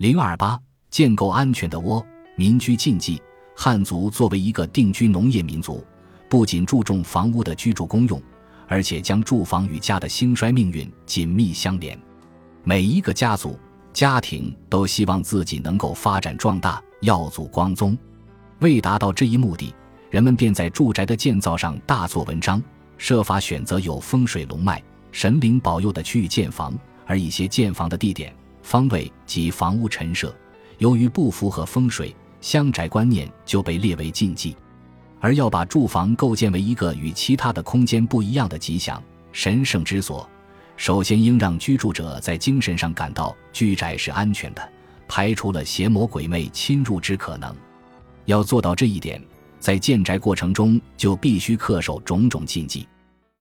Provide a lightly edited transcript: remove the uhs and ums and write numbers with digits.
028建构安全的窝。民居禁忌。汉族作为一个定居农业民族，不仅注重房屋的居住功用，而且将住房与家的兴衰命运紧密相连。每一个家族家庭都希望自己能够发展壮大，耀祖光宗。为达到这一目的，人们便在住宅的建造上大做文章，设法选择有风水龙脉、神灵保佑的区域建房，而一些建房的地点、方位及房屋陈设，由于不符合风水乡宅观念，就被列为禁忌。而要把住房构建为一个与其他的空间不一样的吉祥神圣之所，首先应让居住者在精神上感到居宅是安全的，排除了邪魔鬼魅侵入之可能。要做到这一点，在建宅过程中就必须恪守种种禁忌。